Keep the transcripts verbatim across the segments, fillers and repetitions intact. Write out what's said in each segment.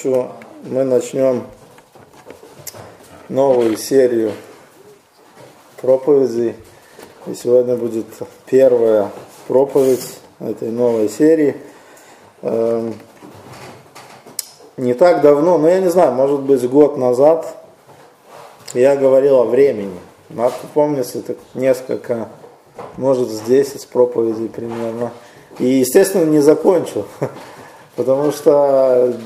хочу, мы начнем новую серию проповедей. И сегодня будет первая проповедь этой новой серии. Не так давно, но я не знаю, может быть год назад я говорил о времени. Надо помнится, это несколько, может с десять проповедей примерно. И, естественно, не закончил, потому что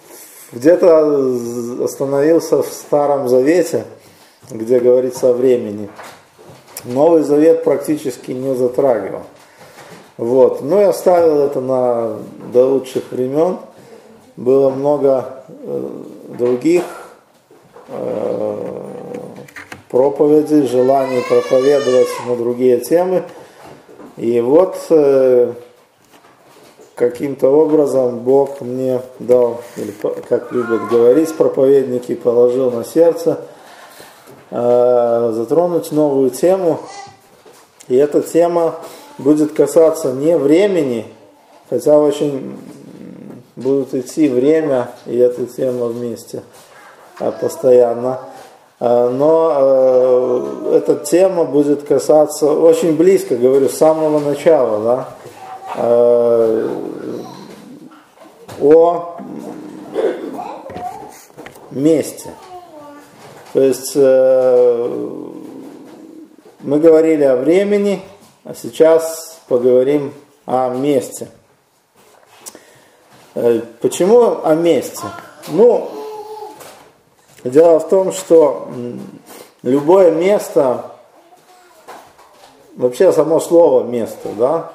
где-то остановился в Старом Завете, где говорится о времени. Новый Завет практически не затрагивал. Вот. Но я оставил это на, до лучших времен. Было много э, других э, проповедей, желаний проповедовать на другие темы. И вот э, каким-то образом Бог мне дал, или как любят говорить проповедники, положил на сердце э, затронуть новую тему. И эта тема будет касаться не времени, хотя очень будут идти время и эта тема вместе э, постоянно. Э, но э, эта тема будет касаться очень близко, говорю, с самого начала, да, э, о месте. То есть э, мы говорили о времени, а сейчас поговорим о месте. Э, почему о месте? Ну, дело в том, что любое место, вообще само слово место, да,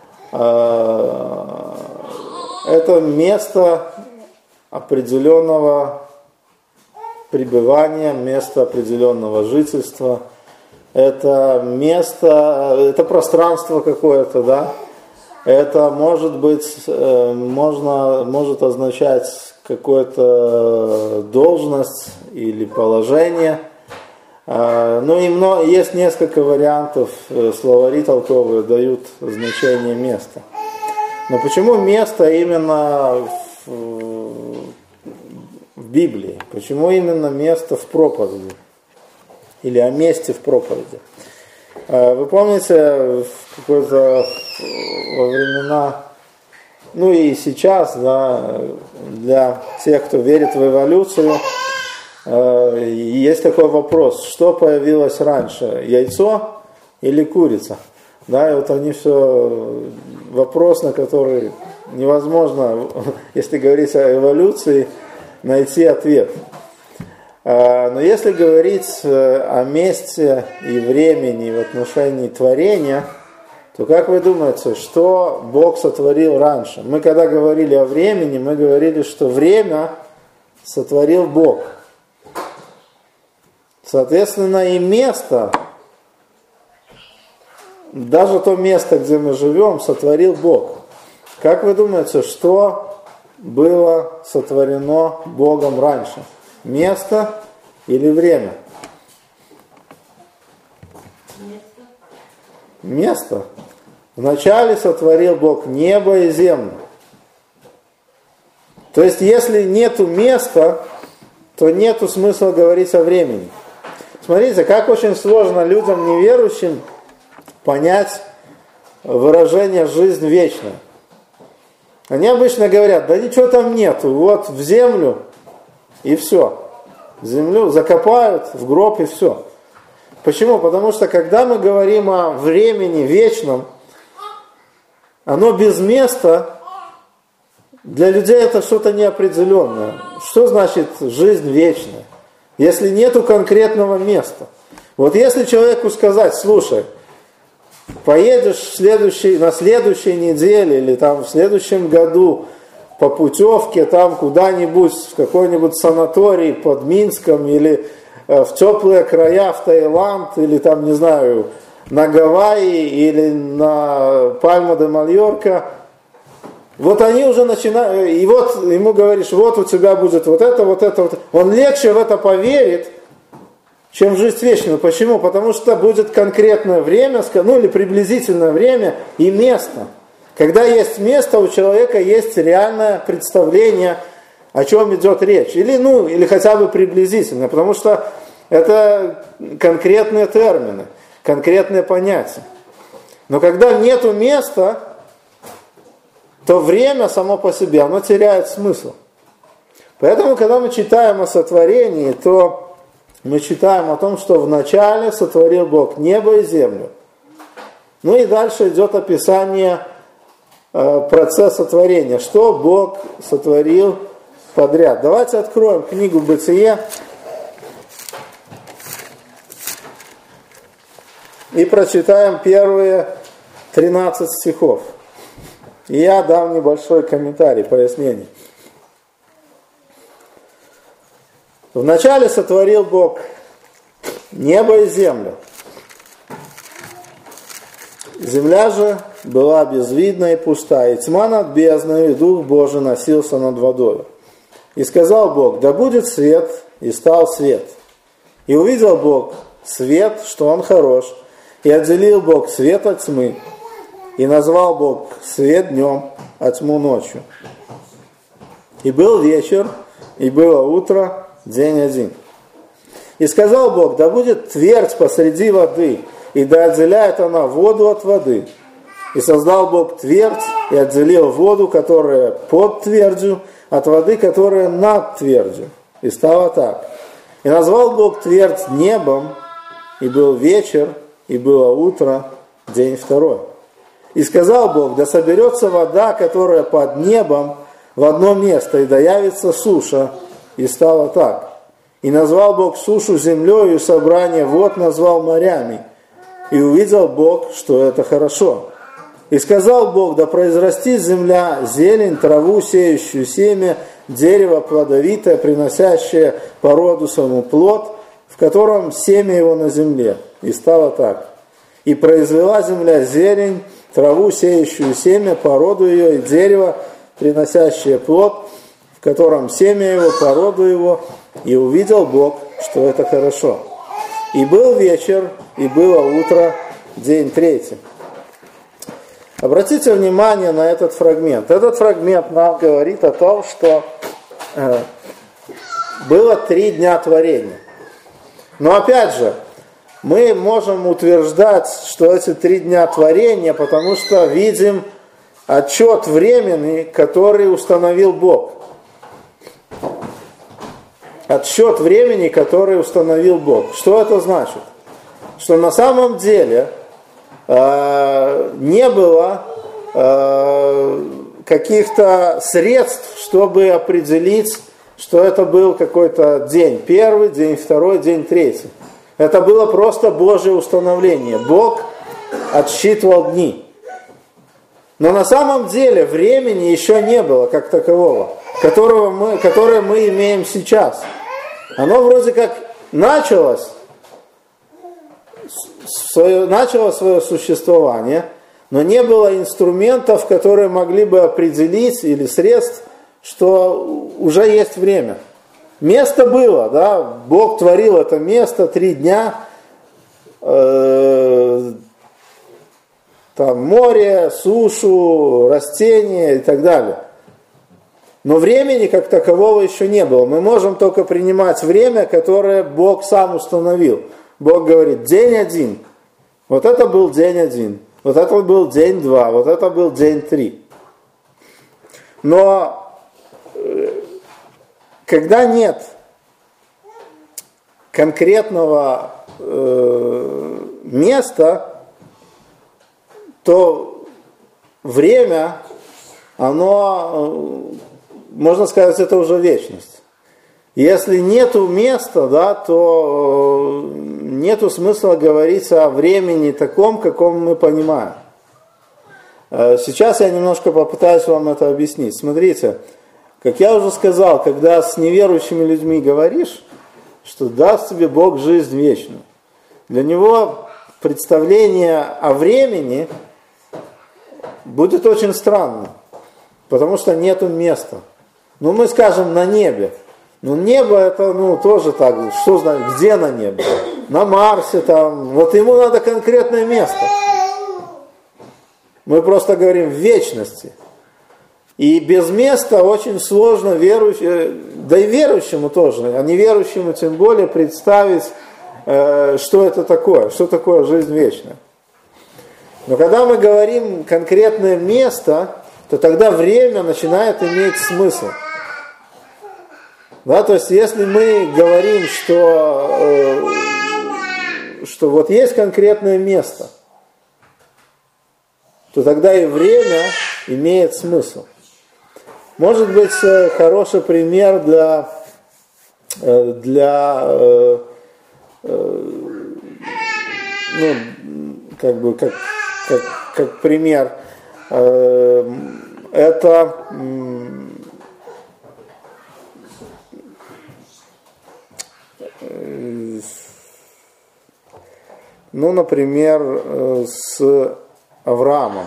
э, это место определенного пребывания, место определенного жительства, это место, это пространство какое-то, да, это может быть, можно, может означать какую-то должность или положение. Ну и много, есть несколько вариантов, словари толковые дают значение места. Но почему место именно в, в Библии? Почему именно место в проповеди? Или о месте в проповеди? Вы помните, в какое-то во времена, ну и сейчас, да, для тех, кто верит в эволюцию, есть такой вопрос, что появилось раньше, яйцо или курица? Да, и вот они все, вопрос, на который невозможно, если говорить о эволюции, найти ответ. Но если говорить о месте и времени в отношении творения, то как вы думаете, что Бог сотворил раньше? Мы когда говорили о времени, мы говорили, что время сотворил Бог. Соответственно, и место, даже то место, где мы живем, сотворил Бог. Как вы думаете, что было сотворено Богом раньше? Место или время? Место. Место. Вначале сотворил Бог небо и землю. То есть, если нету места, то нету смысла говорить о времени. Смотрите, как очень сложно людям неверующим понять выражение «жизнь вечная». Они обычно говорят, да ничего там нету, вот в землю и все. Землю закопают в гроб и все. Почему? Потому что когда мы говорим о времени вечном, оно без места, для людей это что-то неопределенное. Что значит жизнь вечная? Если нету конкретного места. Вот если человеку сказать, слушай, поедешь в следующий, на следующей неделе или там в следующем году по путевке там куда-нибудь в какой-нибудь санаторий под Минском или э, в теплые края в Таиланд или там, не знаю, на Гавайи или на Пальма-де-Мальорка, вот они уже начинают, и вот ему говоришь, вот у тебя будет вот это, вот это, вот это. Он легче в это поверит, чем в жизнь вечную. Почему? Потому что будет конкретное время, ну или приблизительное время и место. Когда есть место, у человека есть реальное представление о чем идет речь. Или, ну, или хотя бы приблизительно, потому что это конкретные термины, конкретные понятия. Но когда нету места, то время само по себе, оно теряет смысл. Поэтому, когда мы читаем о сотворении, то мы читаем о том, что вначале сотворил Бог небо и землю. Ну и дальше идет описание э, процесса творения, что Бог сотворил подряд. Давайте откроем книгу Бытие и прочитаем первые тринадцать стихов. И я дам небольшой комментарий, пояснение. Вначале сотворил Бог небо и землю. Земля же была безвидна и пуста, и тьма над бездной, и Дух Божий носился над водой. И сказал Бог: да будет свет, и стал свет. И увидел Бог свет, что он хорош, и отделил Бог свет от тьмы, и назвал Бог свет днем, а тьму ночью. И был вечер, и было утро, день один. И сказал Бог: да будет твердь посреди воды, и да отделяет она воду от воды. И создал Бог твердь, и отделил воду, которая под твердью, от воды, которая над твердью. И стало так. И назвал Бог твердь небом, и был вечер, и было утро, день второй. И сказал Бог: да соберется вода, которая под небом, в одно место, и да явится суша. И стало так. И назвал Бог сушу землею, и собрание вод назвал морями. И увидел Бог, что это хорошо. И сказал Бог: да произрастит земля зелень, траву, сеющую семя, дерево плодовитое, приносящее по роду своему плод, в котором семя его на земле. И стало так. И произвела земля зелень, траву, сеющую семя, по роду ее, и дерево, приносящее плод, в котором семя его, по роду его. И увидел Бог, что это хорошо. И был вечер, и было утро, день третий. Обратите внимание на этот фрагмент. Этот фрагмент нам говорит о том, что э, было три дня творения. Но опять же, мы можем утверждать, что эти три дня творения, потому что видим отчет времени, который установил Бог. Отсчет времени, который установил Бог. Что это значит? Что на самом деле э, не было э, каких-то средств, чтобы определить, что это был какой-то день первый, день второй, день третий. Это было просто Божье установление. Бог отсчитывал дни. Но на самом деле времени еще не было как такового, которого мы, которое мы имеем сейчас. Оно вроде как началось, свое, начало свое существование, но не было инструментов, которые могли бы определить, или средств, что уже есть время. Место было, да, Бог творил это место три дня, э, там море, сушу, растения и так далее. Но времени как такового еще не было. Мы можем только принимать время, которое Бог сам установил. Бог говорит: день один. Вот это был день один. Вот это был день два. Вот это был день три. Но когда нет конкретного э, места, то время, оно... можно сказать, это уже вечность. Если нету места, да, то нету смысла говорить о времени таком, каком мы понимаем. Сейчас я немножко попытаюсь вам это объяснить. Смотрите, как я уже сказал, когда с неверующими людьми говоришь, что даст тебе Бог жизнь вечную, для него представление о времени будет очень странным, потому что нету места. Ну, мы скажем, на небе. Ну, небо это, ну, тоже так, что значит, где на небе? На Марсе там, вот ему надо конкретное место. Мы просто говорим в вечности. И без места очень сложно верующему, да и верующему тоже, а неверующему тем более представить, что это такое, что такое жизнь вечная. Но когда мы говорим конкретное место, то тогда время начинает иметь смысл. Да, то есть если мы говорим, что, что вот есть конкретное место, то тогда и время имеет смысл. Может быть, хороший пример для, для ну, как бы, как, как, как пример, это ну, например, с Авраамом.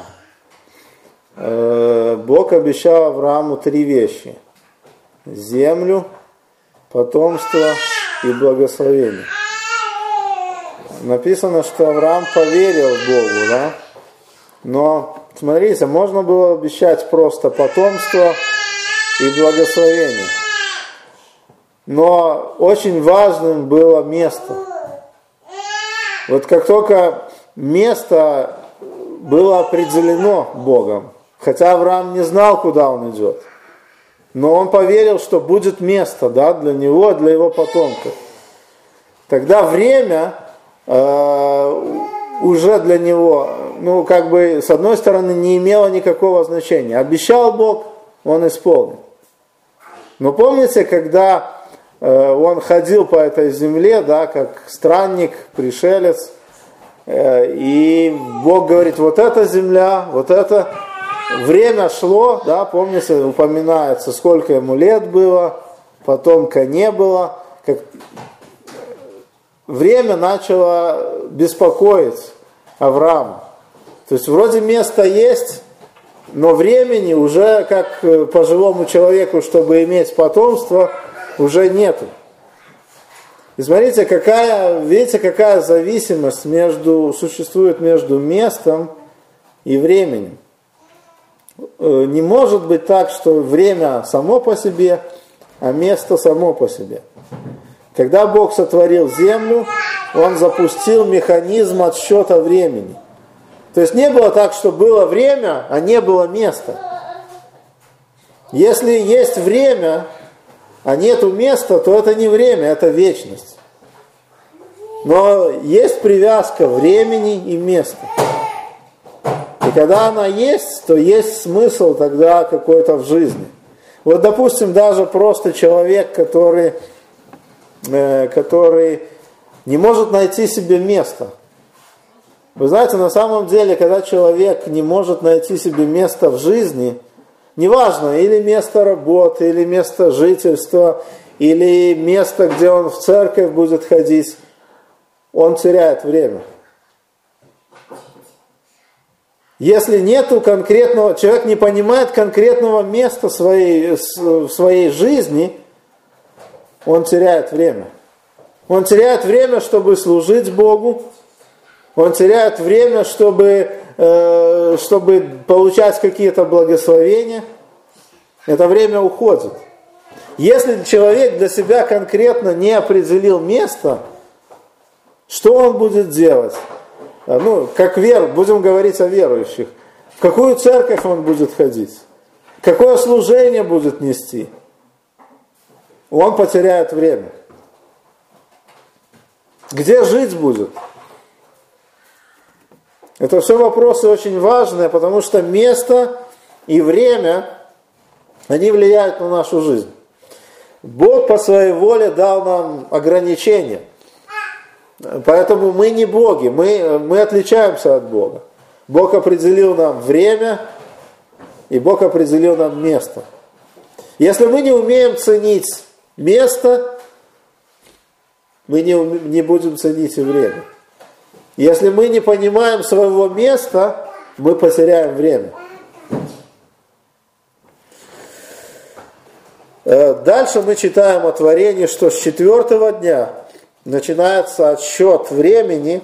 Бог обещал Аврааму три вещи: землю, потомство и благословение. Написано, что Авраам поверил Богу, да? Но, смотрите, можно было обещать просто потомство и благословение. Но очень важным было место. Вот как только место было определено Богом, хотя Авраам не знал, куда он идет, но он поверил, что будет место, да, для него, для его потомков. Тогда время э, уже для него, ну, как бы, с одной стороны, не имело никакого значения. Обещал Бог, он исполнил. Но помните, когда э, он ходил по этой земле, да, как странник, пришелец, э, и Бог говорит, вот эта земля, вот это... Время шло, да, помните, упоминается, сколько ему лет было, потомка не было. Как... Время начало беспокоить Авраама. То есть вроде место есть, но времени уже, как пожилому человеку, чтобы иметь потомство, уже нету. И смотрите, какая, видите, какая зависимость между, существует между местом и временем. Не может быть так, что время само по себе, а место само по себе. Когда Бог сотворил землю, Он запустил механизм отсчета времени. То есть не было так, что было время, а не было места. Если есть время, а нету места, то это не время, это вечность. Но есть привязка времени и места. И когда она есть, то есть смысл тогда какой-то в жизни. Вот, допустим, даже просто человек, который, э, который не может найти себе место. Вы знаете, на самом деле, когда человек не может найти себе место в жизни, неважно, или место работы, или место жительства, или место, где он в церковь будет ходить, он теряет время. Если нету конкретного, человек не понимает конкретного места своей, в своей жизни, он теряет время. Он теряет время, чтобы служить Богу, он теряет время, чтобы, э, чтобы получать какие-то благословения. Это время уходит. Если человек для себя конкретно не определил место, что он будет делать? Ну, как вер, будем говорить о верующих. В какую церковь он будет ходить? Какое служение будет нести? Он потеряет время. Где жить будет? Это все вопросы очень важные, потому что место и время, они влияют на нашу жизнь. Бог по своей воле дал нам ограничения. Поэтому мы не боги, мы, мы отличаемся от Бога. Бог определил нам время, и Бог определил нам место. Если мы не умеем ценить место, мы не, не будем ценить и время. Если мы не понимаем своего места, мы потеряем время. Дальше мы читаем о творении, что с четвертого дня начинается отсчет времени,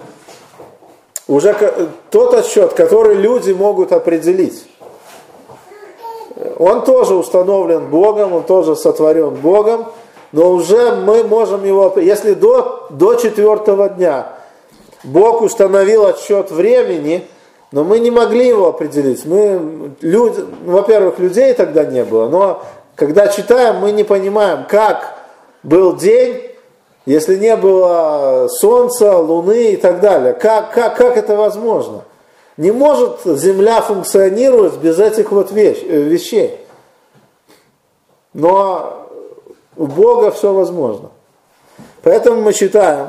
уже тот отсчет, который люди могут определить. он тоже установлен Богом, он тоже сотворен Богом, но уже мы можем его, если до, до четвертого дня Бог установил отсчет времени, но мы не могли его определить. Мы, люди, во-первых, людей тогда не было, но когда читаем, мы не понимаем, как был день, если не было солнца, луны и так далее. Как, как, как это возможно? Не может Земля функционировать без этих вот вещ, вещей. Но у Бога все возможно. Поэтому мы читаем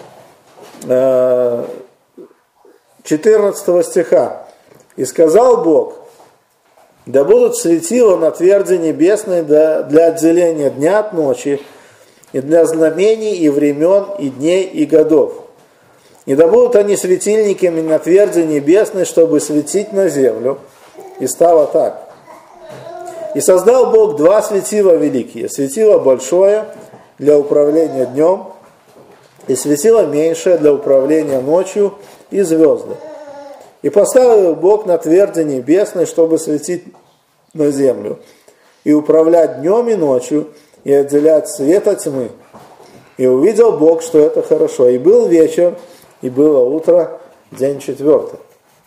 э, четырнадцатого стиха. «И сказал Бог, да будут светила на тверди небесной для отделения дня от ночи, и для знамений, и времен, и дней, и годов. И да будут они светильниками на тверди небесной, чтобы светить на землю». И стало так. «И создал Бог два светила великие, светило большое для управления днем, и светило меньшее для управления ночью, и звезды. И поставил Бог на тверди небесной, чтобы светить на землю, и управлять днем и ночью, и отделять свет от тьмы. И увидел Бог, что это хорошо. И был вечер, и было утро, день четвертый».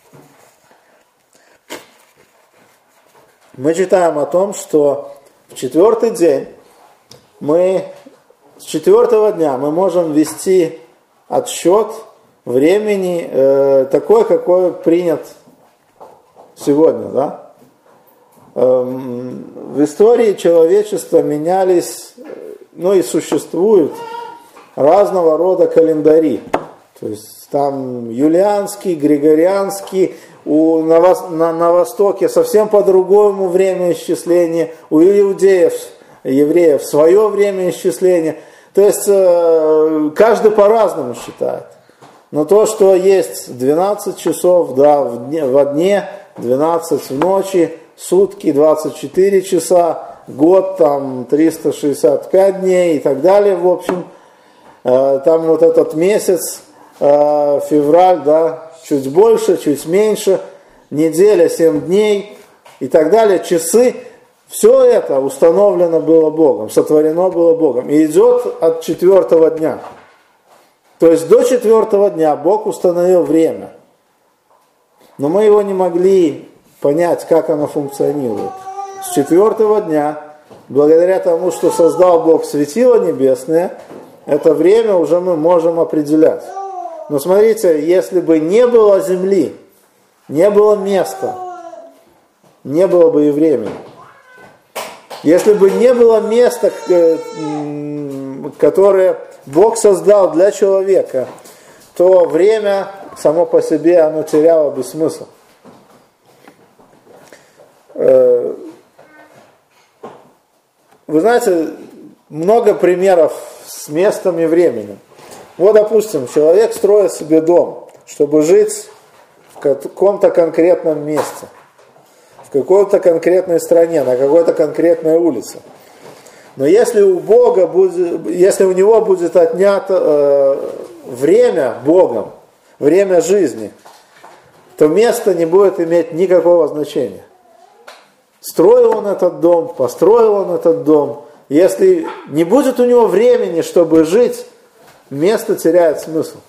Мы читаем о том, что в четвертый день мы, с четвертого дня мы можем вести отсчет времени э, такой, какой принят сегодня, да? В истории человечества менялись, ну и существуют разного рода календари. То есть там юлианский, григорианский, у, на, на, на Востоке совсем по-другому время исчисления, у иудеев, евреев свое время исчисления. То есть каждый по-разному считает. Но то, что есть двенадцать часов, да, в дне, во дне, двенадцать в ночи, сутки, двадцать четыре часа, год, там, триста шестьдесят пять дней и так далее, в общем. Там вот этот месяц, февраль, да, чуть больше, чуть меньше, неделя, семь дней и так далее, часы. Все это установлено было Богом, сотворено было Богом. И идет от четвертого дня. То есть до четвертого дня Бог установил время. Но мы его не могли понять, как оно функционирует. С четвертого дня, благодаря тому, что создал Бог светило небесное, это время уже мы можем определять. Но смотрите, если бы не было земли, не было места, не было бы и времени. Если бы не было места, которое Бог создал для человека, то время само по себе оно теряло бы смысл. Вы знаете, много примеров с местом и временем. Вот, допустим, человек строит себе дом, чтобы жить в каком-то конкретном месте, в какой-то конкретной стране, на какой-то конкретной улице. Но если у Бога будет, если у него будет отнято э, время Богом, время жизни, то место не будет иметь никакого значения. Строил он этот дом, построил он этот дом. Если не будет у него времени, чтобы жить, место теряет смысл.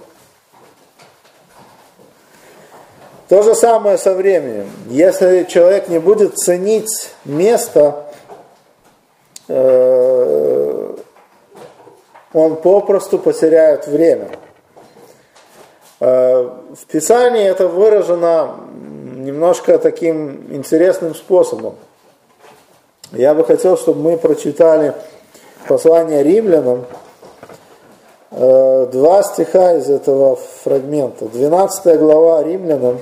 То же самое со временем. Если человек не будет ценить место, э, он попросту потеряет время. Э, в Писании это выражено немножко таким интересным способом. Я бы хотел, чтобы мы прочитали послание римлянам, э, два стиха из этого фрагмента. двенадцатая глава Римлянам,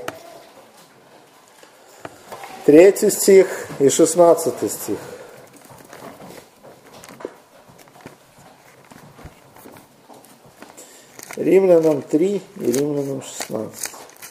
третий стих и шестнадцатый стих. Римлянам три и Римлянам шестнадцать.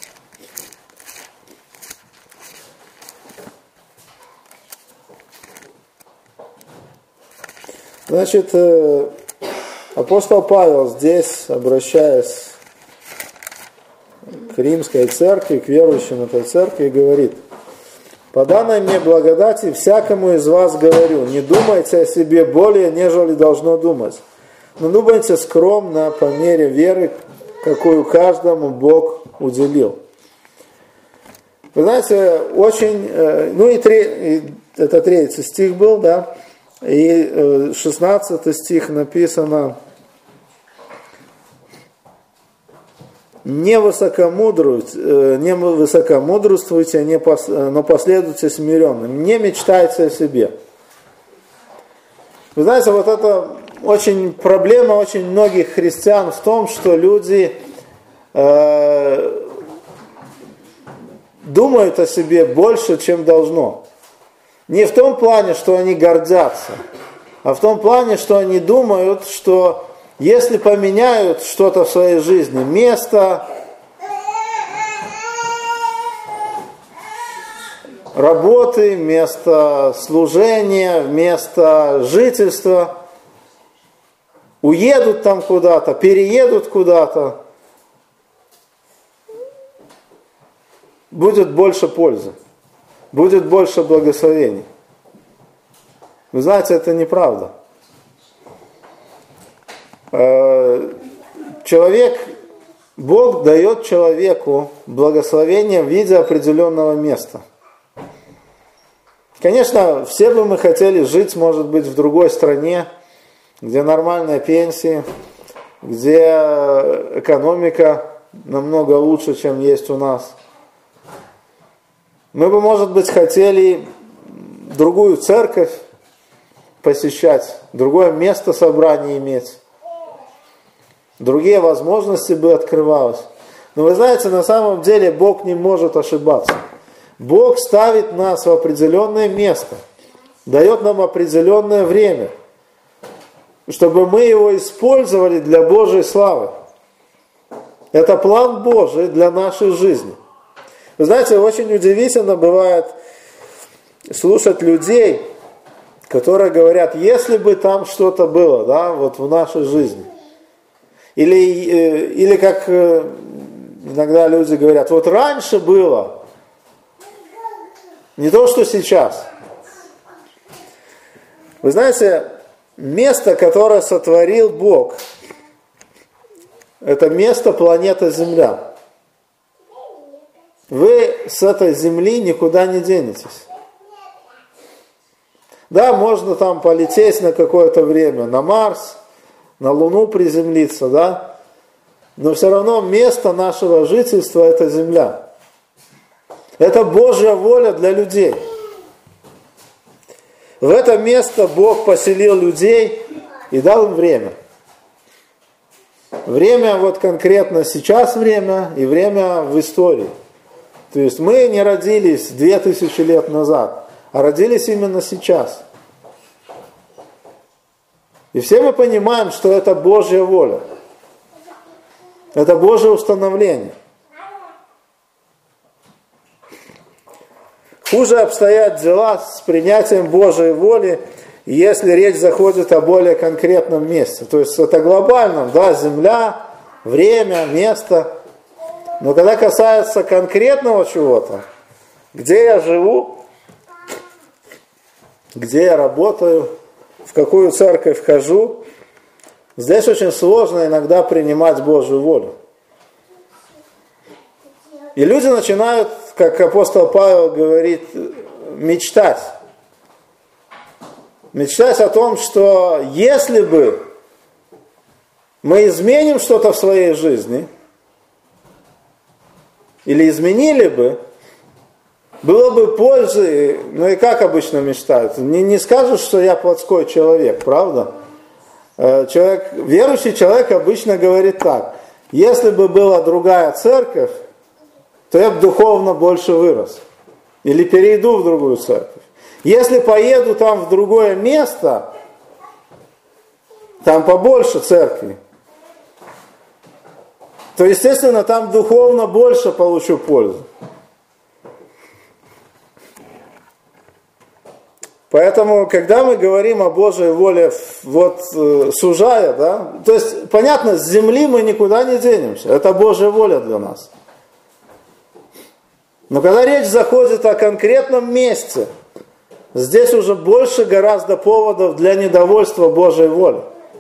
Значит, апостол Павел здесь, обращаясь к римской церкви, к верующим этой церкви, говорит: По данной мне благодати всякому из вас говорю, не думайте о себе более, нежели должно думать. Но думайте скромно, по мере веры, какую каждому Бог уделил. Вы знаете, очень, ну и, три, это третий стих был, да, и шестнадцатый стих написано: не высокомудруйте, не высокомудрствуйте, но последуйте смиренным, не мечтайте о себе. Вы знаете, вот это очень проблема очень многих христиан в том, что люди э, думают о себе больше, чем должно. Не в том плане, что они гордятся, а в том плане, что они думают, что если поменяют что-то в своей жизни, место, работы, место служения, место жительства, уедут там куда-то, переедут куда-то, будет больше пользы, будет больше благословений. Вы знаете, это неправда. Человек, Бог дает человеку благословение в виде определенного места. Конечно, все бы мы хотели жить, может быть, в другой стране, где нормальные пенсии, где экономика намного лучше, чем есть у нас. Мы бы, может быть, хотели другую церковь посещать, другое место собрания иметь. Другие возможности бы открывалось. Но вы знаете, на самом деле Бог не может ошибаться. Бог ставит нас в определенное место, дает нам определенное время, чтобы мы его использовали для Божьей славы. Это план Божий для нашей жизни. Вы знаете, очень удивительно бывает слушать людей, которые говорят, если бы там что-то было, да, вот в нашей жизни. Или, или как иногда люди говорят, вот раньше было, не то, что сейчас. Вы знаете, место, которое сотворил Бог, это место планета Земля. Вы с этой Земли никуда не денетесь. Да, можно там полететь на какое-то время на Марс, на Луну приземлиться, да, но все равно место нашего жительства – это Земля. Это Божья воля для людей. В это место Бог поселил людей и дал им время. Время вот конкретно сейчас время и время в истории. То есть мы не родились две тысячи лет назад, а родились именно сейчас. И все мы понимаем, что это Божья воля. Это Божье установление. Хуже обстоят дела с принятием Божьей воли, если речь заходит о более конкретном месте. То есть это глобальном, да, земля, время, место. Но когда касается конкретного чего-то, где я живу, где я работаю, в какую церковь хожу, здесь очень сложно иногда принимать Божью волю. И люди начинают, как апостол Павел говорит, мечтать. Мечтать о том, что если бы мы изменим что-то в своей жизни, или изменили бы, было бы пользы, ну и как обычно мечтают, не, не скажут, что я плотской человек, правда? Человек, верующий человек обычно говорит так, если бы была другая церковь, то я бы духовно больше вырос. Или перейду в другую церковь. Если поеду там в другое место, там побольше церкви, то, естественно, там духовно больше получу пользу. Поэтому, когда мы говорим о Божьей воле, вот сужая, да, то есть, понятно, с земли мы никуда не денемся. Это Божья воля для нас. Но когда речь заходит о конкретном месте, здесь уже больше гораздо поводов для недовольства Божьей волей.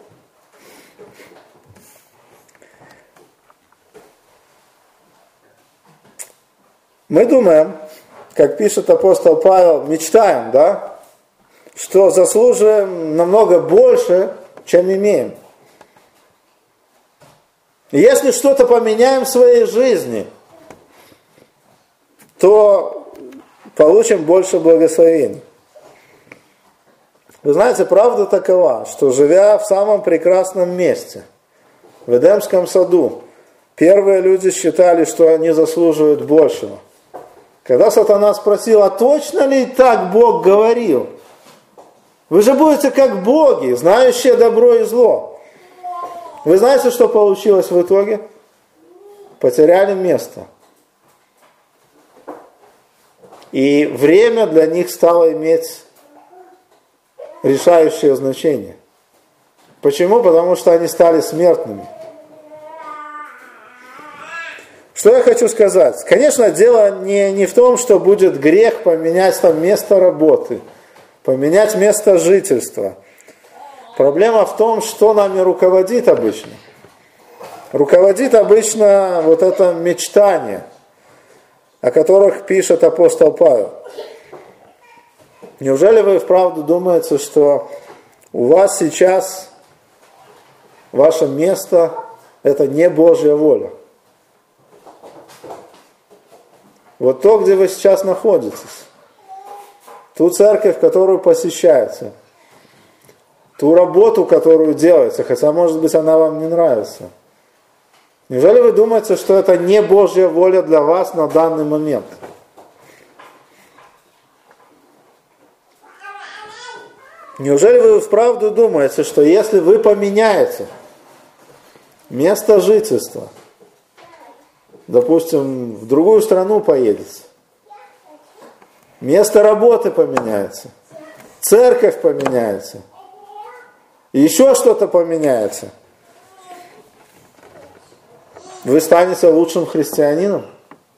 Мы думаем, как пишет апостол Павел, мечтаем, да, что заслуживаем намного больше, чем имеем. И если что-то поменяем в своей жизни, то получим больше благословений. Вы знаете, правда такова, что живя в самом прекрасном месте, в Эдемском саду, первые люди считали, что они заслуживают большего. Когда сатана спросил, а точно ли так Бог говорил? Вы же будете как боги, знающие добро и зло. Вы знаете, что получилось в итоге? Потеряли место. И время для них стало иметь решающее значение. Почему? Потому что они стали смертными. Что я хочу сказать? Конечно, дело не, не в том, что будет грех поменять там место работы, поменять место жительства. Проблема в том, что нами руководит обычно. Руководит обычно вот это мечтание, о которых пишет апостол Павел. Неужели вы вправду думаете, что у вас сейчас ваше место – это не Божья воля? Вот то, где вы сейчас находитесь, ту церковь, которую посещаете, ту работу, которую делаете, хотя, может быть, она вам не нравится. Неужели вы думаете, что это не Божья воля для вас на данный момент? Неужели вы вправду думаете, что если вы поменяете место жительства, допустим, в другую страну поедете, место работы поменяется, церковь поменяется, еще что-то поменяется, вы станете лучшим христианином?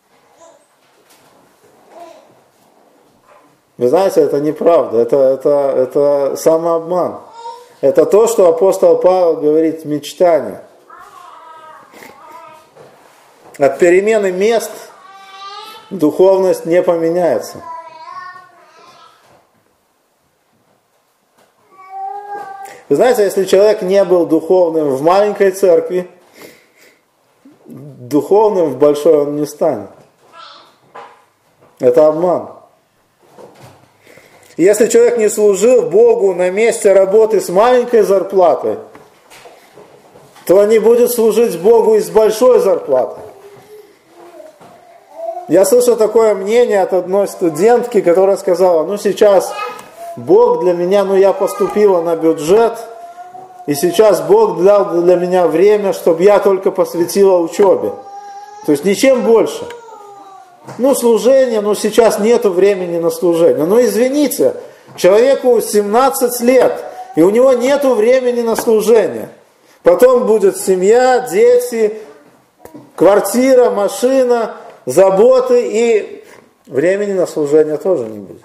Вы знаете, это неправда, это, это, это самообман. Это то, что апостол Павел говорит, мечтание. От перемены мест духовность не поменяется. Вы знаете, если человек не был духовным в маленькой церкви, духовным в большой он не станет. Это обман. Если человек не служил Богу на месте работы с маленькой зарплатой, то он не будет служить Богу и с большой зарплатой. Я слышал такое мнение от одной студентки, которая сказала, ну сейчас Бог для меня, ну я поступила на бюджет, и сейчас Бог дал для меня время, чтобы я только посвятила учебе. То есть ничем больше. Ну служение, ну сейчас нету времени на служение. Ну извините, человеку семнадцать лет, и у него нету времени на служение. Потом будет семья, дети, квартира, машина, заботы, и времени на служение тоже не будет.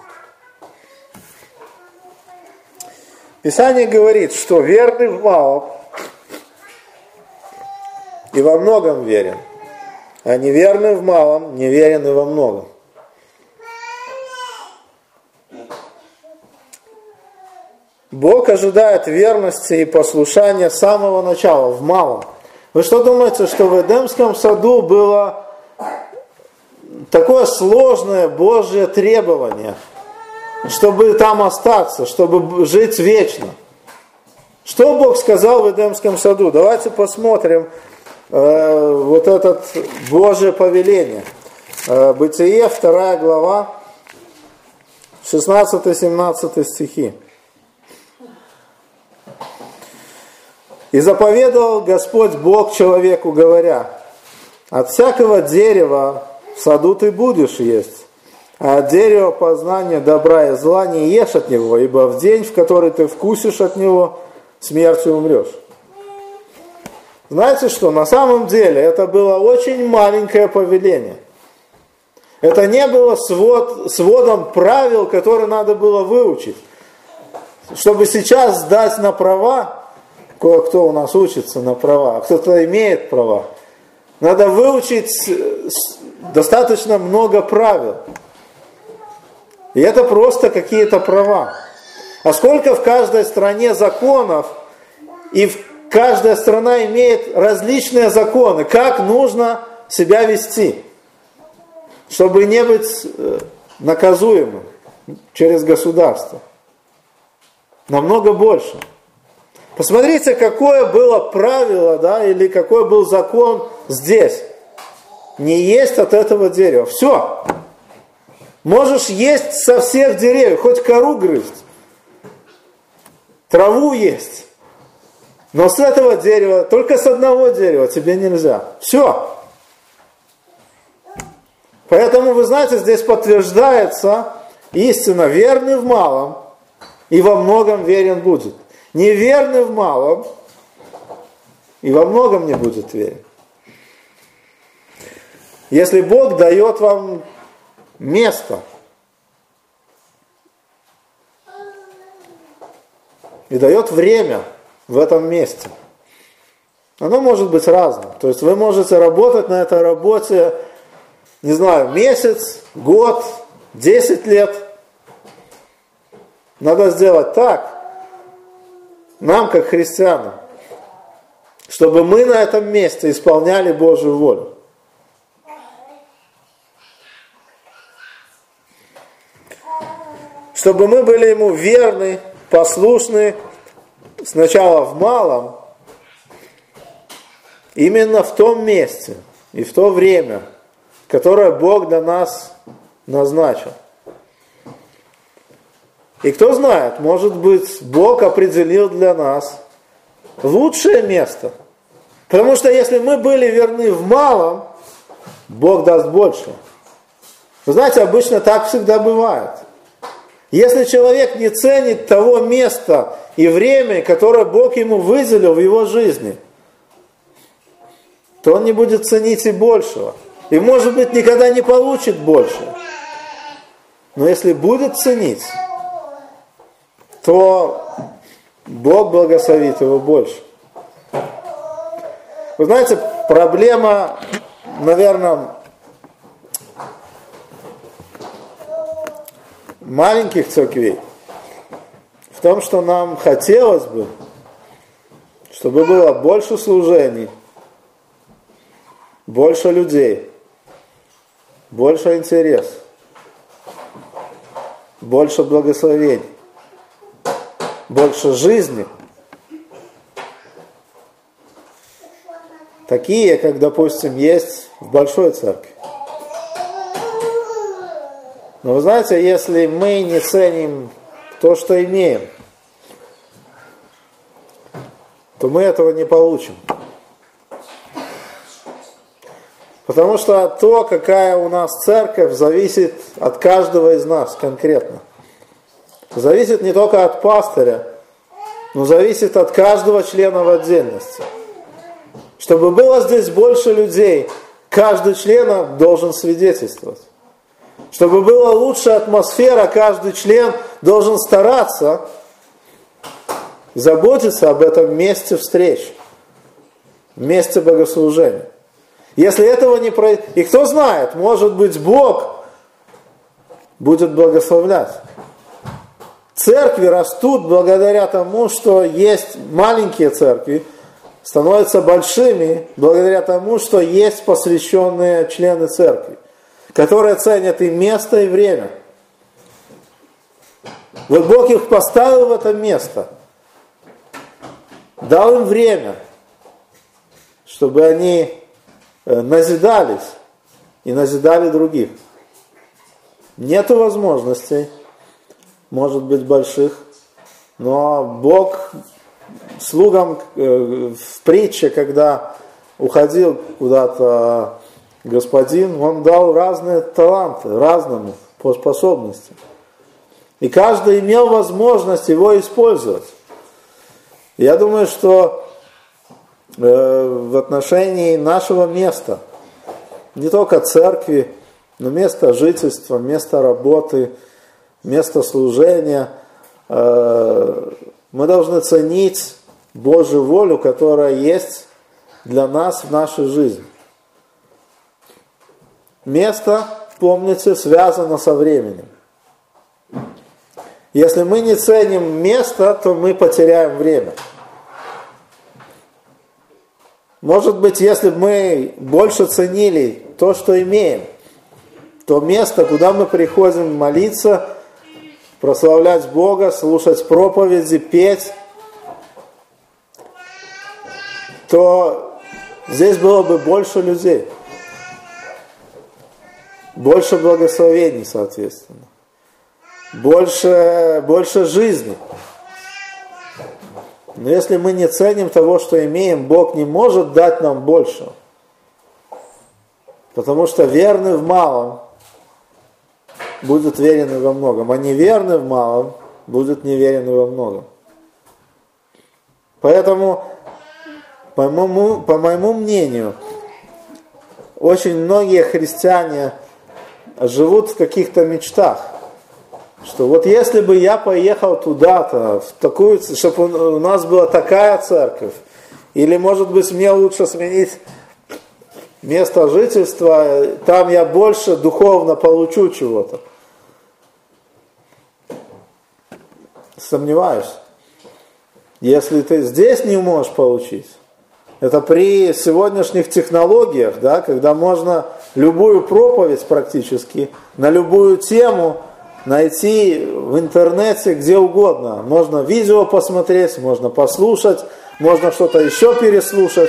Писание говорит, что верный в малом и во многом верен, а неверный в малом, неверен и во многом. Бог ожидает верности и послушания с самого начала, в малом. Вы что думаете, что в Эдемском саду было такое сложное Божье требование, чтобы там остаться, чтобы жить вечно? Что Бог сказал в Эдемском саду? Давайте посмотрим э, вот это Божье повеление. Э, Бытие, вторая глава, шестнадцатый-семнадцатый стихи. «И заповедовал Господь Бог человеку, говоря, от всякого дерева в саду ты будешь есть, а от дерева познания добра и зла не ешь от него, ибо в день, в который ты вкусишь от него, смертью умрешь». Знаете что? На самом деле это было очень маленькое повеление. Это не было свод, сводом правил, которые надо было выучить. Чтобы сейчас сдать на права, кое-кто у нас учится на права, а кто-то имеет права, надо выучить достаточно много правил. И это просто какие-то права. А сколько в каждой стране законов, и каждая страна имеет различные законы, как нужно себя вести, чтобы не быть наказуемым через государство. Намного больше. Посмотрите, какое было правило, да, или какой был закон здесь. Не есть от этого дерева. Все. Можешь есть со всех деревьев, хоть кору грызть, траву есть. Но с этого дерева, только с одного дерева тебе нельзя. Все. Поэтому, вы знаете, здесь подтверждается истина: верный в малом и во многом верен будет. Неверный в малом и во многом не будет верен. Если Бог дает вам место и дает время в этом месте, оно может быть разным. То есть вы можете работать на этой работе, не знаю, месяц, год, десять лет. Надо сделать так, нам, как христианам, чтобы мы на этом месте исполняли Божью волю. Чтобы мы были Ему верны, послушны, сначала в малом, именно в том месте и в то время, которое Бог для нас назначил. И кто знает, может быть, Бог определил для нас лучшее место. Потому что если мы были верны в малом, Бог даст больше. Вы знаете, обычно так всегда бывает. Если человек не ценит того места и время, которое Бог ему выделил в его жизни, то он не будет ценить и большего. И, может быть, никогда не получит больше. Но если будет ценить, то Бог благословит его больше. Вы знаете, проблема, наверное, маленьких церквей в том, что нам хотелось бы, чтобы было больше служений, больше людей, больше интереса, больше благословений, больше жизни. Такие, как, допустим, есть в большой церкви. Но вы знаете, если мы не ценим то, что имеем, то мы этого не получим. Потому что то, какая у нас церковь, зависит от каждого из нас конкретно. Зависит не только от пастыря, но зависит от каждого члена в отдельности. Чтобы было здесь больше людей, каждый член должен свидетельствовать. Чтобы была лучшая атмосфера, каждый член должен стараться заботиться об этом месте встреч, месте богослужения. Если этого не произойдет, и кто знает, может быть, Бог будет благословлять. Церкви растут благодаря тому, что есть маленькие церкви, становятся большими благодаря тому, что есть посвященные члены церкви, которые ценят и место, и время. Вот Бог их поставил в это место, дал им время, чтобы они назидались и назидали других. Нету возможностей, может быть, больших, но Бог слугам в притче, когда уходил куда-то господин, он дал разные таланты, разному по способностям. И каждый имел возможность его использовать. Я думаю, что в отношении нашего места, не только церкви, Но место жительства, место работы, место служения, э, мы должны ценить Божью волю, которая есть для нас в нашей жизни. Место, помните, связано со временем. Если мы не ценим место, то мы потеряем время. Может быть, если бы мы больше ценили то, что имеем, то место, куда мы приходим молиться, прославлять Бога, слушать проповеди, петь, то здесь было бы больше людей, больше благословений, соответственно, больше, больше жизни. Но если мы не ценим того, что имеем, Бог не может дать нам больше. Потому что верный в малом будет верен и во многом, а неверный в малом будет неверен и во многом. Поэтому, по моему, по моему мнению, очень многие христиане живут в каких-то мечтах. Что вот если бы я поехал туда-то, в такую, чтобы у нас была такая церковь, или, может быть, мне лучше сменить место жительства, там я больше духовно получу чего-то. Сомневаюсь. Если ты здесь не можешь получить, это при сегодняшних технологиях, да, когда можно любую проповедь практически на любую тему найти в интернете где угодно. Можно видео посмотреть, можно послушать, можно что-то еще переслушать.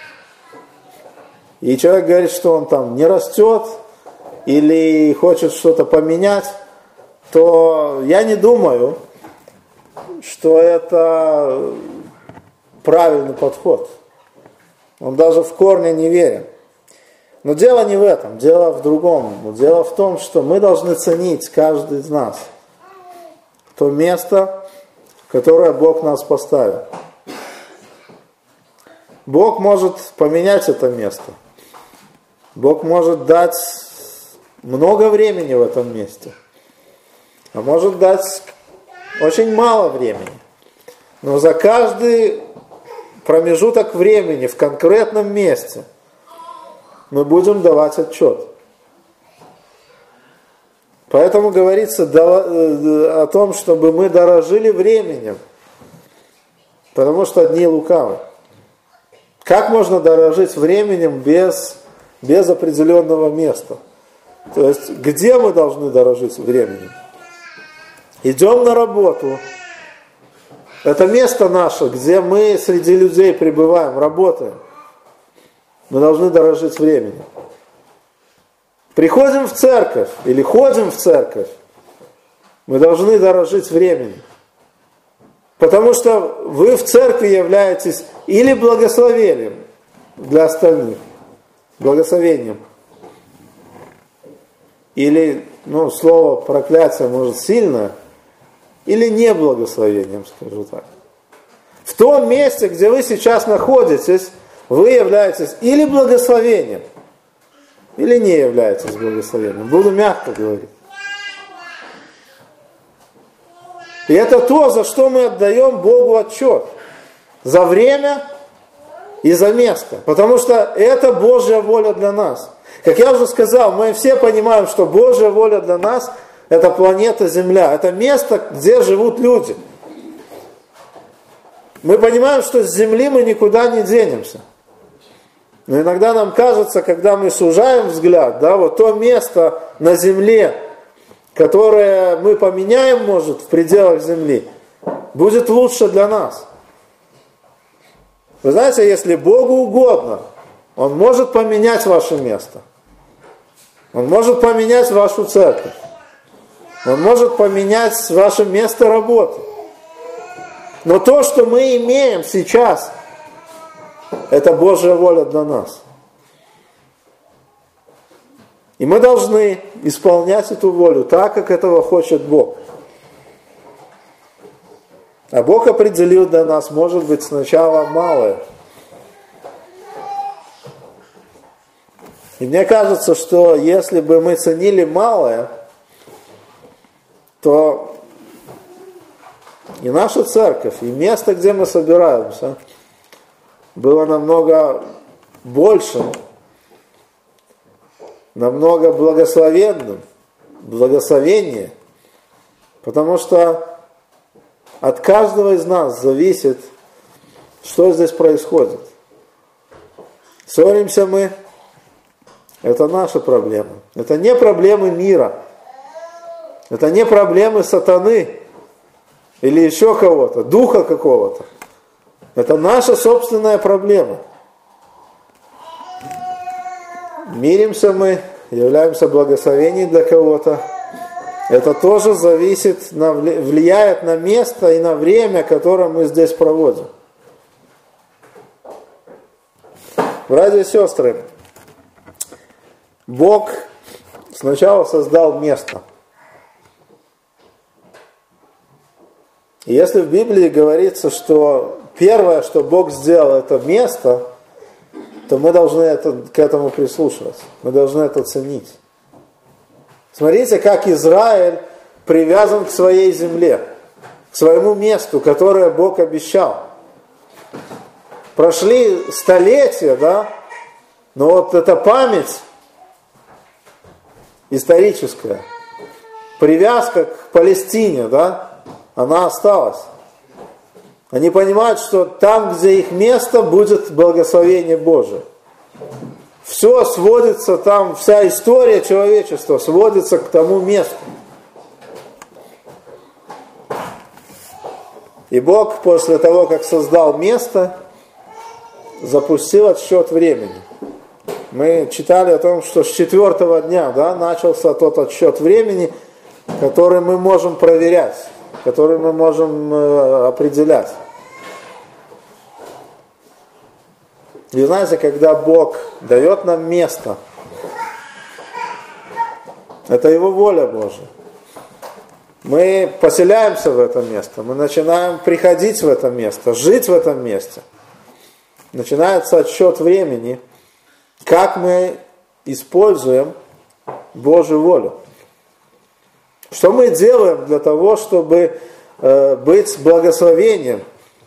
И человек говорит, что он там не растет или хочет что-то поменять, то я не думаю, что это правильный подход. Он даже в корне не верен. Но дело не в этом, дело в другом. Дело в том, что мы должны ценить, каждый из нас, то место, в которое Бог нас поставил. Бог может поменять это место. Бог может дать много времени в этом месте. А может дать очень мало времени. Но за каждый промежуток времени в конкретном месте мы будем давать отчет. Поэтому говорится о том, чтобы мы дорожили временем, потому что дни лукавы. Как можно дорожить временем без, без определенного места? То есть, где мы должны дорожить временем? Идем на работу. Это место наше, где мы среди людей пребываем, работаем. Мы должны дорожить временем. Приходим в церковь или ходим в церковь, мы должны дорожить временем. Потому что вы в церкви являетесь или благословением для остальных, благословением, или, ну, слово проклятие может сильное, или неблагословением, скажу так. В том месте, где вы сейчас находитесь, вы являетесь или благословением, или не являетесь благословением. Буду мягко говорить. И это то, за что мы отдаем Богу отчет. За время и за место. Потому что это Божья воля для нас. Как я уже сказал, мы все понимаем, что Божья воля для нас – это планета Земля. Это место, где живут люди. Мы понимаем, что с Земли мы никуда не денемся. Но иногда нам кажется, когда мы сужаем взгляд, да, вот то место на Земле, которое мы поменяем, может, в пределах Земли, будет лучше для нас. Вы знаете, если Богу угодно, Он может поменять ваше место. Он может поменять вашу церковь. Он может поменять ваше место работы. Но то, что мы имеем сейчас, это Божья воля для нас. И мы должны исполнять эту волю так, как этого хочет Бог. А Бог определил для нас, может быть, сначала малое. И мне кажется, что если бы мы ценили малое, то и наша церковь, и место, где мы собираемся, было намного больше, намного благословенным, благословение, потому что от каждого из нас зависит, что здесь происходит. Ссоримся мы, это наша проблема. Это не проблемы мира, это не проблемы сатаны или еще кого-то, духа какого-то. Это наша собственная проблема. Миримся мы, являемся благословением для кого-то. Это тоже зависит, влияет на место и на время, которое мы здесь проводим. Братья и сестры, Бог сначала создал место. И если в Библии говорится, что первое, что Бог сделал, это место, то мы должны это, к этому прислушиваться. Мы должны это ценить. Смотрите, как Израиль привязан к своей земле, к своему месту, которое Бог обещал. Прошли столетия, да, но вот эта память историческая, привязка к Палестине, да, она осталась. Они понимают, что там, где их место, будет благословение Божие. Все сводится там, вся история человечества сводится к тому месту. И Бог после того, как создал место, запустил отсчет времени. Мы читали о том, что с четвертого дня, да, начался тот отсчет времени, который мы можем проверять, который мы можем э, определять. И знаете, когда Бог дает нам место, это Его воля Божия. Мы поселяемся в это место, мы начинаем приходить в это место, жить в этом месте. Начинается отсчет времени, как мы используем Божью волю. Что мы делаем для того, чтобы э, быть благословением?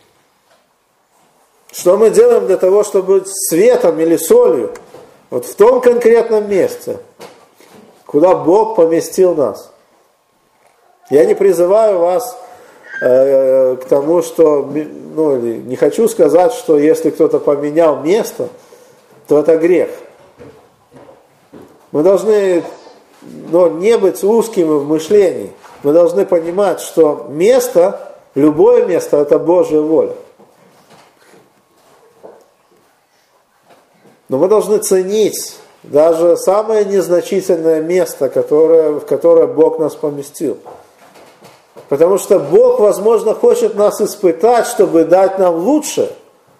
Что мы делаем для того, чтобы быть светом или солью? Вот в том конкретном месте, куда Бог поместил нас. Я не призываю вас э, к тому, что, ну, не хочу сказать, что если кто-то поменял место, то это грех. Мы должны, ну, не быть узкими в мышлении. Мы должны понимать, что место, любое место, это Божья воля. Но мы должны ценить даже самое незначительное место, которое, в которое Бог нас поместил. Потому что Бог, возможно, хочет нас испытать, чтобы дать нам лучше.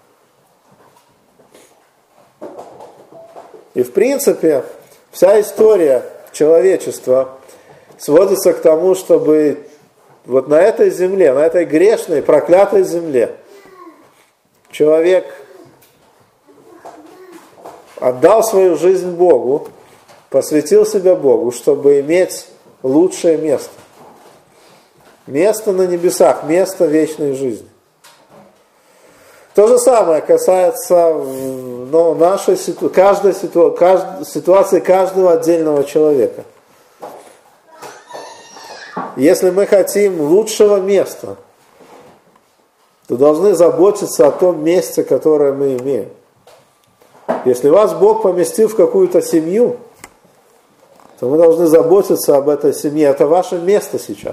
И в принципе, вся история человечества сводится к тому, чтобы вот на этой земле, на этой грешной, проклятой земле человек отдал свою жизнь Богу, посвятил себя Богу, чтобы иметь лучшее место. Место на небесах, место вечной жизни. То же самое касается, ну, нашей ситу... каждой ситу... кажд... ситуации каждого отдельного человека. Если мы хотим лучшего места, то должны заботиться о том месте, которое мы имеем. Если вас Бог поместил в какую-то семью, то мы должны заботиться об этой семье. Это ваше место сейчас.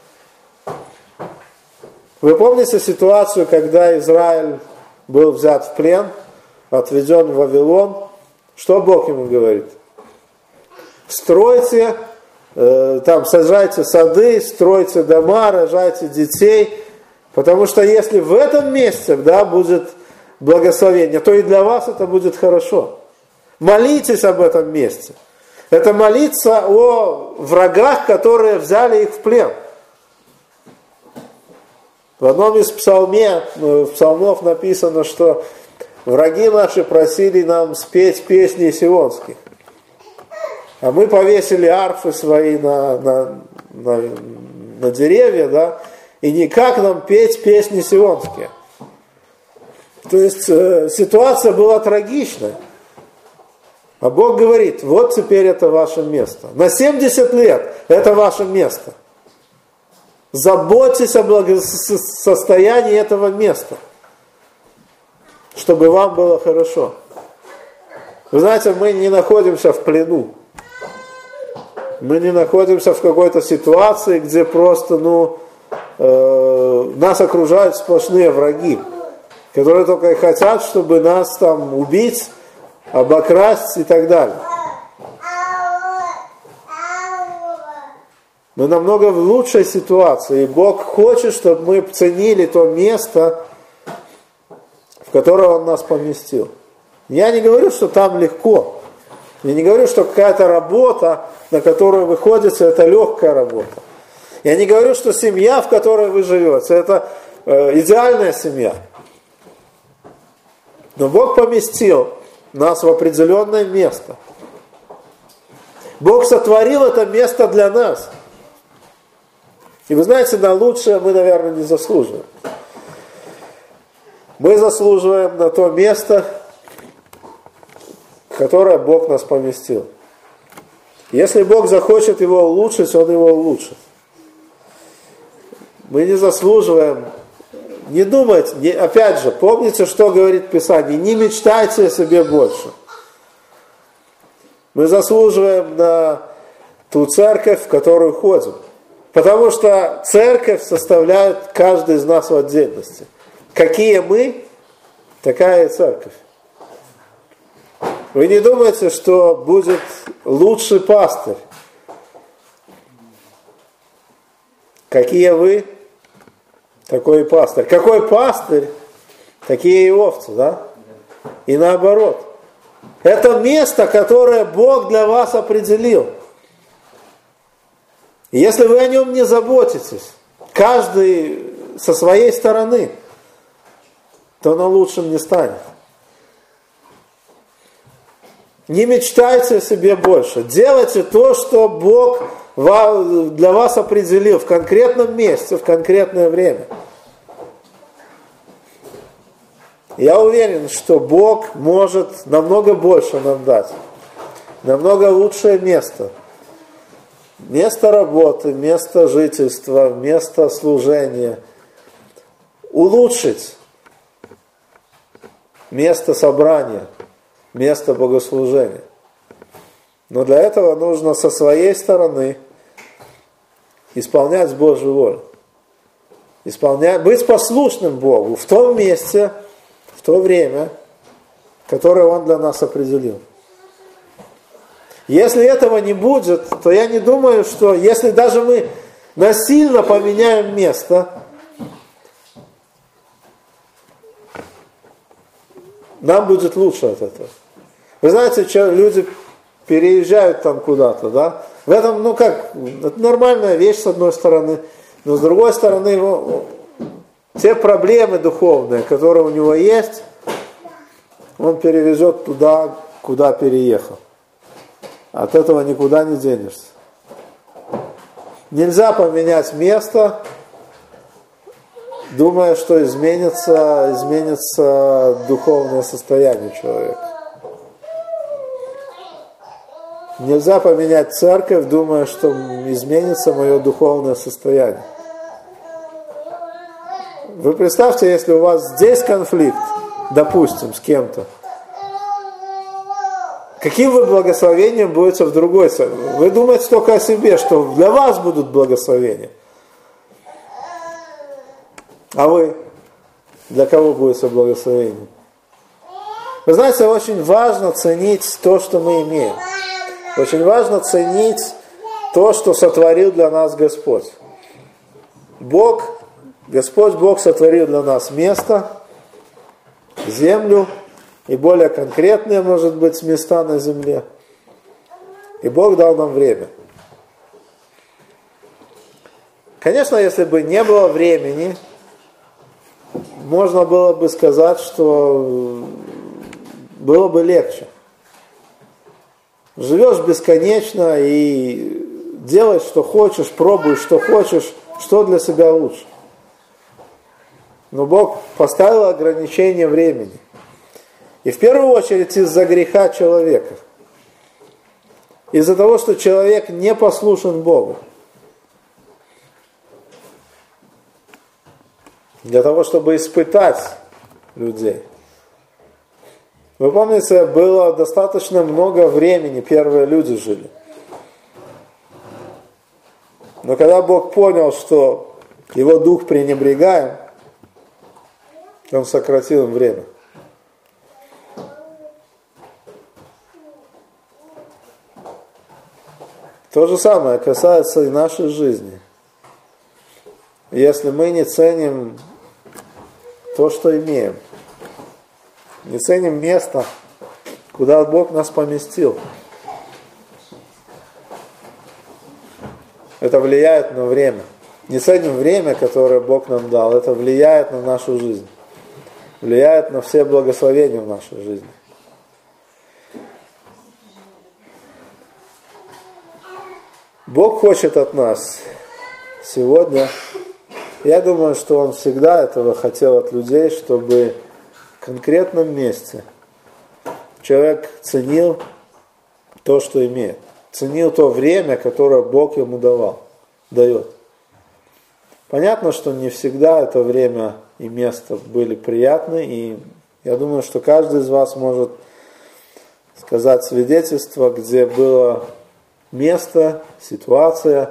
Вы помните ситуацию, когда Израиль был взят в плен, отведен в Вавилон? Что Бог ему говорит? Стройте, э, там сажайте сады, стройте дома, рожайте детей, потому что если в этом месте, да, будет благословение, то и для вас это будет хорошо. Молитесь об этом месте. Это молиться о врагах, которые взяли их в плен. В одном из псалме, в псалмов написано, что враги наши просили нам спеть песни сионских. А мы повесили арфы свои на, на, на, на деревья, да, и никак нам петь песни сионские. То есть э, ситуация была трагичная. А Бог говорит, вот теперь это ваше место. На семьдесят лет это ваше место. Заботьтесь о благосостоянии этого места, чтобы вам было хорошо. Вы знаете, мы не находимся в плену. Мы не находимся в какой-то ситуации, где просто, ну, э, нас окружают сплошные враги, которые только и хотят, чтобы нас там убить, обокрасть и так далее. Мы намного в лучшей ситуации, и Бог хочет, чтобы мы ценили то место, в которое Он нас поместил. Я не говорю, что там легко. Я не говорю, что какая-то работа, на которую вы ходите, это легкая работа. Я не говорю, что семья, в которой вы живете, это э, идеальная семья. Но Бог поместил нас в определенное место. Бог сотворил это место для нас. И вы знаете, на лучшее мы, наверное, не заслуживаем. Мы заслуживаем на то место, в которое Бог нас поместил. Если Бог захочет его улучшить, Он его улучшит. Мы не заслуживаем. Не думайте, не, опять же, помните, что говорит Писание, не мечтайте о себе больше. Мы заслуживаем на ту церковь, в которую ходим. Потому что церковь составляет каждый из нас в отдельности. Какие мы, такая и церковь. Вы не думаете, что будет лучший пастырь? Какие вы, такой и пастырь. Какой пастырь, такие и овцы, да? И наоборот. Это место, которое Бог для вас определил. И если вы о нем не заботитесь, каждый со своей стороны, то оно лучшим не станет. Не мечтайте о себе больше. Делайте то, что Бог для вас определил в конкретном месте, в конкретное время. Я уверен, что Бог может намного больше нам дать. Намного лучшее место. Место работы, место жительства, место служения. Улучшить место собрания. Место богослужения. Но для этого нужно со своей стороны исполнять Божью волю. Исполнять, быть послушным Богу в том месте, в то время, которое Он для нас определил. Если этого не будет, то я не думаю, что если даже мы насильно поменяем место, нам будет лучше от этого. Вы знаете, что люди переезжают там куда-то, да? В этом, ну как, это нормальная вещь с одной стороны, но с другой стороны, его, те проблемы духовные, которые у него есть, он перевезет туда, куда переехал. От этого никуда не денешься. Нельзя поменять место, думая, что изменится, изменится духовное состояние человека. Нельзя поменять церковь, думая, что изменится мое духовное состояние. Вы представьте, если у вас здесь конфликт, допустим, с кем-то, каким вы благословением будете в другой церкви? Вы думаете только о себе, что для вас будут благословения. А вы для кого будете благословением? Вы знаете, очень важно ценить то, что мы имеем. Очень важно ценить то, что сотворил для нас Господь. Бог, Господь Бог сотворил для нас место, землю и более конкретные, может быть, места на земле. И Бог дал нам время. Конечно, если бы не было времени, можно было бы сказать, что было бы легче. живешь бесконечно и делаешь, что хочешь, пробуешь, что хочешь, что для себя лучше. Но Бог поставил ограничение времени. И в первую очередь из-за греха человека. Из-за того, что человек не послушен Богу. Для того, чтобы испытать людей. Вы помните, было достаточно много времени, первые люди жили. Но когда Бог понял, что его дух пренебрегаем, Он сократил им время. То же самое касается и нашей жизни. Если мы не ценим то, что имеем, не ценим место, куда Бог нас поместил, это влияет на время. Не ценим время, которое Бог нам дал, это влияет на нашу жизнь, влияет на все благословения в нашей жизни. Бог хочет от нас сегодня, я думаю, что Он всегда этого хотел от людей, чтобы в конкретном месте человек ценил то, что имеет, ценил то время, которое Бог ему давал, дает. Понятно, что не всегда это время и место были приятны, и я думаю, что каждый из вас может сказать свидетельство, где было место, ситуация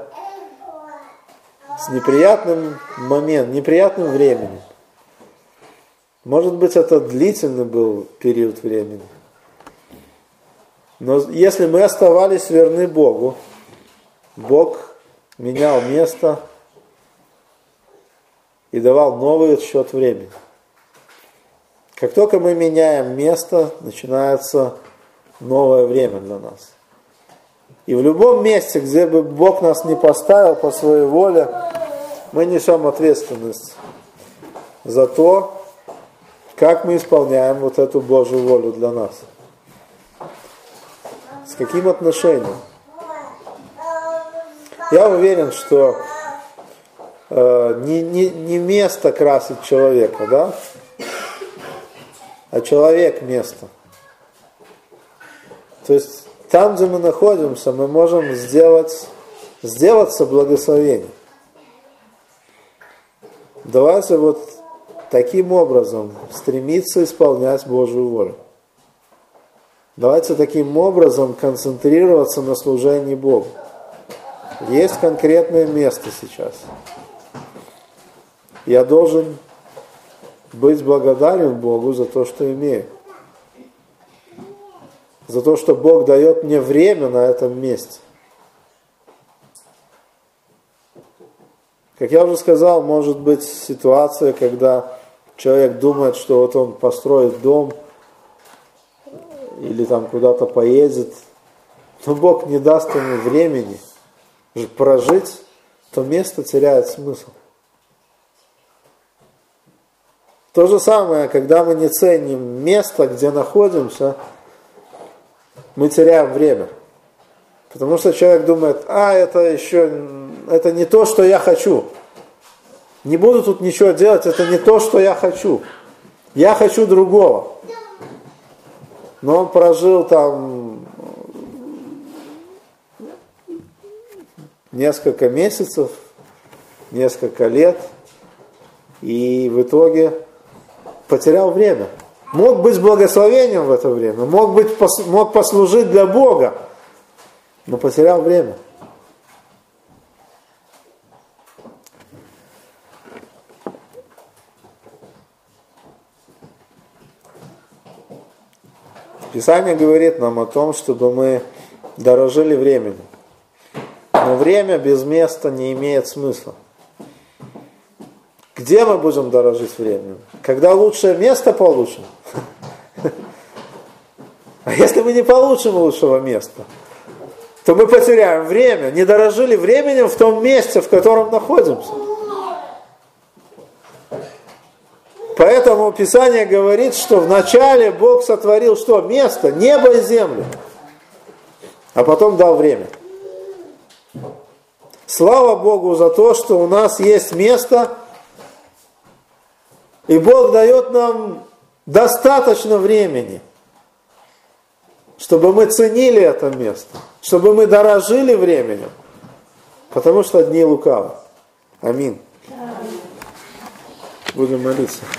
с неприятным моментом, неприятным временем. Может быть, это длительный был период времени. Но если мы оставались верны Богу, Бог менял место и давал новый отсчет времени. Как только мы меняем место, начинается новое время для нас. И в любом месте, где бы Бог нас не поставил по своей воле, мы несем ответственность за то, как мы исполняем вот эту Божью волю для нас. С каким отношением? Я уверен, что э, не, не, не место красит человека, да? А человек место. То есть там, где мы находимся, мы можем сделать, сделаться благословением. Давайте вот таким образом стремиться исполнять Божью волю. Давайте таким образом концентрироваться на служении Богу. Есть конкретное место сейчас. Я должен быть благодарен Богу за то, что имею. За то, что Бог дает мне время на этом месте. Как я уже сказал, может быть ситуация, когда человек думает, что вот он построит дом или там куда-то поедет, но Бог не даст ему времени прожить, то место теряет смысл. То же самое, когда мы не ценим место, где находимся, мы теряем время. Потому что человек думает, а это еще, это не то, что я хочу. Не буду тут ничего делать, это не то, что я хочу. Я хочу другого. Но он прожил там несколько месяцев, несколько лет, и в итоге потерял время. Мог быть благословением в это время, мог, быть, мог послужить для Бога, но потерял время. Писание говорит нам о том, чтобы мы дорожили временем. Но время без места не имеет смысла. Где мы будем дорожить временем? Когда лучшее место получим? А если мы не получим лучшего места, то мы потеряем время, не дорожили временем в том месте, в котором находимся. Поэтому Писание говорит, что вначале Бог сотворил что? Место, небо и землю. а потом дал время. Слава Богу за то, что у нас есть место, и Бог дает нам достаточно времени, чтобы мы ценили это место, чтобы мы дорожили временем, потому что дни лукавы. Аминь. Будем молиться.